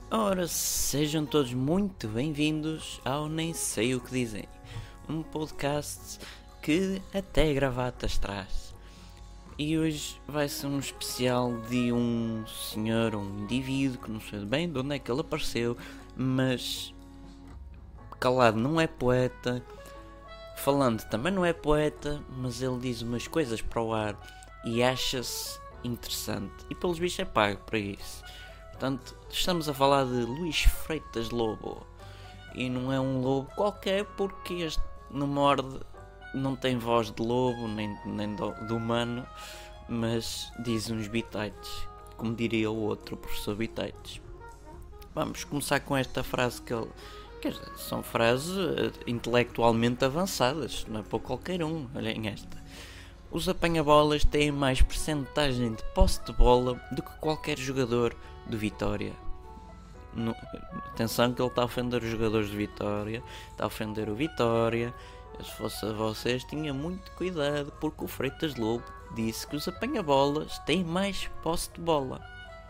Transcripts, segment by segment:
Ora, sejam todos muito bem-vindos ao Nem Sei O Que Dizem, um podcast que até gravatas traz. E hoje vai ser um especial de um senhor, um indivíduo que não sei bem de onde é que ele apareceu, mas calado não é poeta, falando também não é poeta, mas ele diz umas coisas para o ar e acha-se interessante. E pelos bichos é pago para isso. Portanto, estamos a falar de Luís Freitas Lobo. E não é um lobo qualquer, porque este não morde, não tem voz de lobo, nem de humano, mas diz uns bitites, como diria o outro professor Bitites. Vamos começar com esta frase que ele... Quer dizer, são frases intelectualmente avançadas, não é para qualquer um, olhem esta. Os apanha-bolas têm mais percentagem de posse de bola do que qualquer jogador do Vitória. Atenção que ele está a ofender os jogadores de Vitória, está a ofender o Vitória. Se fosse a vocês, tinha muito cuidado, porque o Freitas Lobo disse que os apanha-bolas têm mais posse de bola.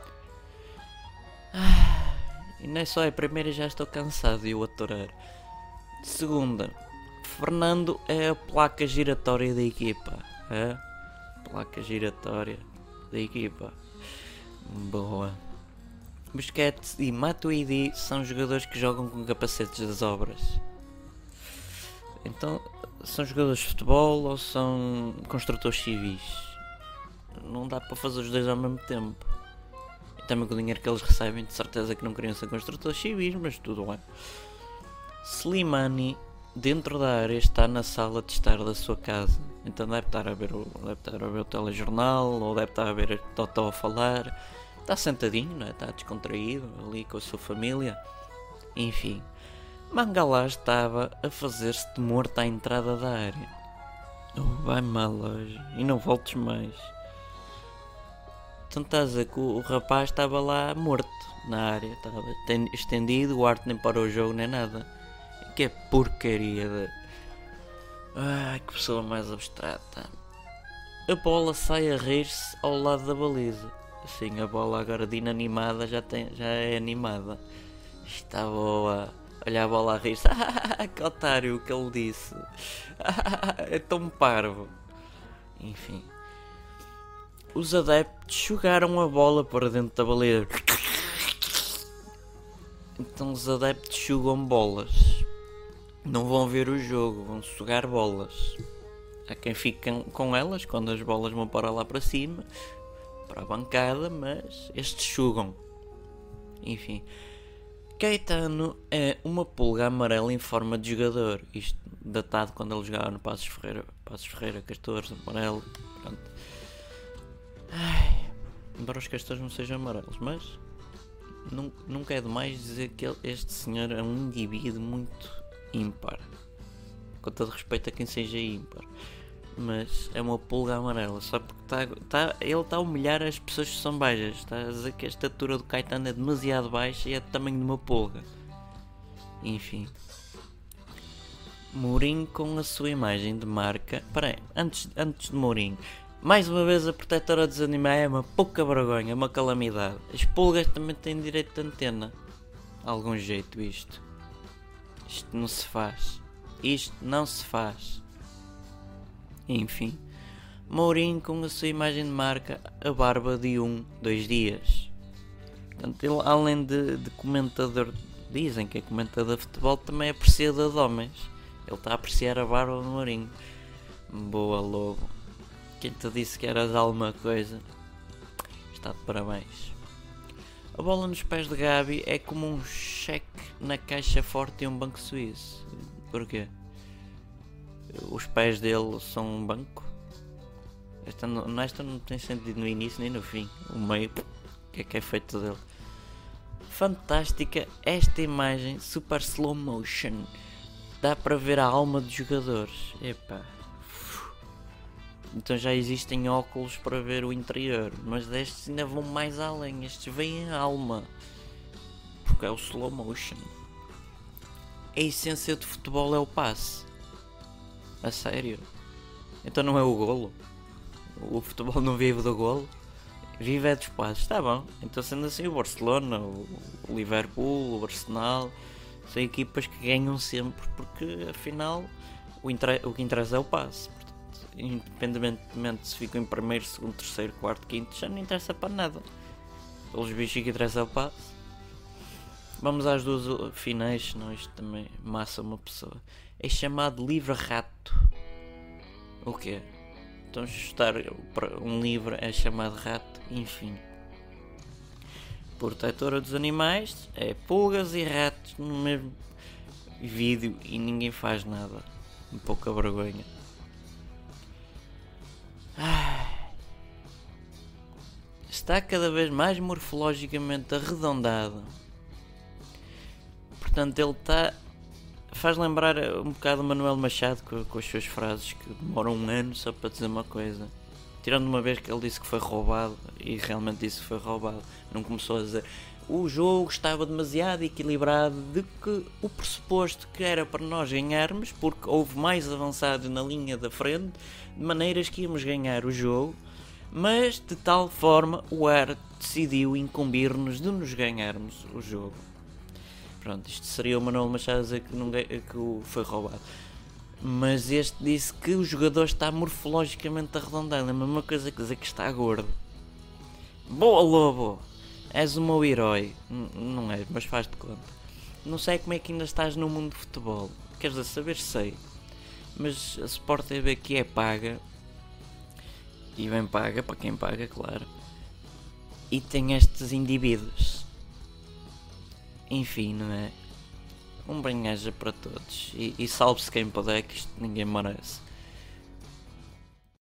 E não é só a primeira, já estou cansado de o atorar. Segunda, Fernando é a placa giratória da equipa. Placa giratória da equipa. Boa. Busquets e Matuidi são jogadores que jogam com capacetes das obras. Então, são jogadores de futebol ou são construtores civis? Não dá para fazer os dois ao mesmo tempo. E também com o dinheiro que eles recebem, de certeza que não queriam ser construtores civis, mas tudo bem. Slimani, dentro da área, está na sala de estar da sua casa. Então deve estar a ver o telejornal, ou deve estar a ver o Totó a falar. Está sentadinho, não é? Está descontraído ali com a sua família. Enfim, Mangalá estava a fazer-se de morto à entrada da área. Vai mal hoje e não voltes mais. Então estás a dizer que o rapaz estava lá morto na área, estava estendido, o árbitro nem parou o jogo nem nada. Que é porcaria de... Ai, que pessoa mais abstrata. A bola sai a rir-se ao lado da baliza. Sim, a bola agora de inanimada já é animada. Está boa. Olha a bola a rir-se. Que otário o que ele disse. É tão parvo. Enfim. Os adeptos jogaram a bola para dentro da baliza. Então os adeptos jogam bolas. Não vão ver o jogo, vão sugar bolas. Há quem fique com elas quando as bolas vão para lá para cima, para a bancada, mas estes jogam. Enfim. Caetano é uma pulga amarela em forma de jogador. Isto datado quando ele jogava no Passos Ferreira, Castores, amarelo. Pronto. Embora os castores não sejam amarelos, mas nunca é demais dizer que este senhor é um indivíduo muito ímpar. Com todo respeito a quem seja ímpar. Mas é uma pulga amarela. Só porque ele está a humilhar as pessoas que são baixas. Está a dizer que a estatura do Caetano é demasiado baixa e é do tamanho de uma pulga. Enfim. Mourinho com a sua imagem de marca. Espera aí, antes de Mourinho. Mais uma vez a protetora dos animais é uma pouca vergonha, é uma calamidade. As pulgas também têm direito de antena. Algum jeito isto. Isto não se faz. Isto não se faz. Enfim. Mourinho com a sua imagem de marca, a barba de 2 dias. Portanto, ele além de comentador, dizem que é comentador de futebol, também é apreciador de homens. Ele está a apreciar a barba de Mourinho. Boa, Lobo. Quem te disse que eras alguma coisa está de parabéns. A bola nos pés de Gabi é como um cheque na caixa forte e um banco suíço. Porquê? Os pés dele são um banco? Esta não tem sentido no início nem no fim. O meio, o que é feito dele? Fantástica esta imagem, super slow motion. Dá para ver a alma dos jogadores. Epá. Então já existem óculos para ver o interior, mas destes ainda vão mais além. Estes veem a alma, porque é o slow motion. A essência do futebol é o passe. A sério? Então não é o golo? O futebol não vive do golo? Vive é dos passos, está bom. Então sendo assim o Barcelona, o Liverpool, o Arsenal, são equipas que ganham sempre porque afinal o que interessa é o passe. Portanto, independentemente se ficam em primeiro, segundo, terceiro, quarto, quinto, já não interessa para nada. Pelos bichos que interessa é o passe. Vamos às duas finais, senão isto também massa uma pessoa. É chamado livre rato. O quê? Então chutar um livro é chamado rato, enfim. Protetora dos animais é pulgas e ratos no mesmo vídeo e ninguém faz nada. Um pouca vergonha. Está cada vez mais morfologicamente arredondado. Portanto ele está... Faz lembrar um bocado o Manuel Machado com as suas frases que demoram um ano só para dizer uma coisa. Tirando uma vez que ele disse que foi roubado, e realmente disse que foi roubado. Não começou a dizer o jogo estava demasiado equilibrado, de que o pressuposto que era para nós ganharmos, porque houve mais avançados na linha da frente, de maneiras que íamos ganhar o jogo, mas de tal forma o AR decidiu incumbir-nos de nos ganharmos o jogo. Pronto, isto seria o Manuel Machado a dizer que foi roubado. Mas este disse que o jogador está morfologicamente arredondado. É a mesma coisa que dizer que está gordo. Boa, Lobo! És o meu herói. Não és, mas faz-te conta. Não sei como é que ainda estás no mundo de futebol. Queres a saber? Sei. Mas a Sport TV aqui é paga. E bem paga, para quem paga, claro. E tem estes indivíduos. Enfim, não é? Um banhaja para todos. E salve-se quem puder, que isto ninguém merece.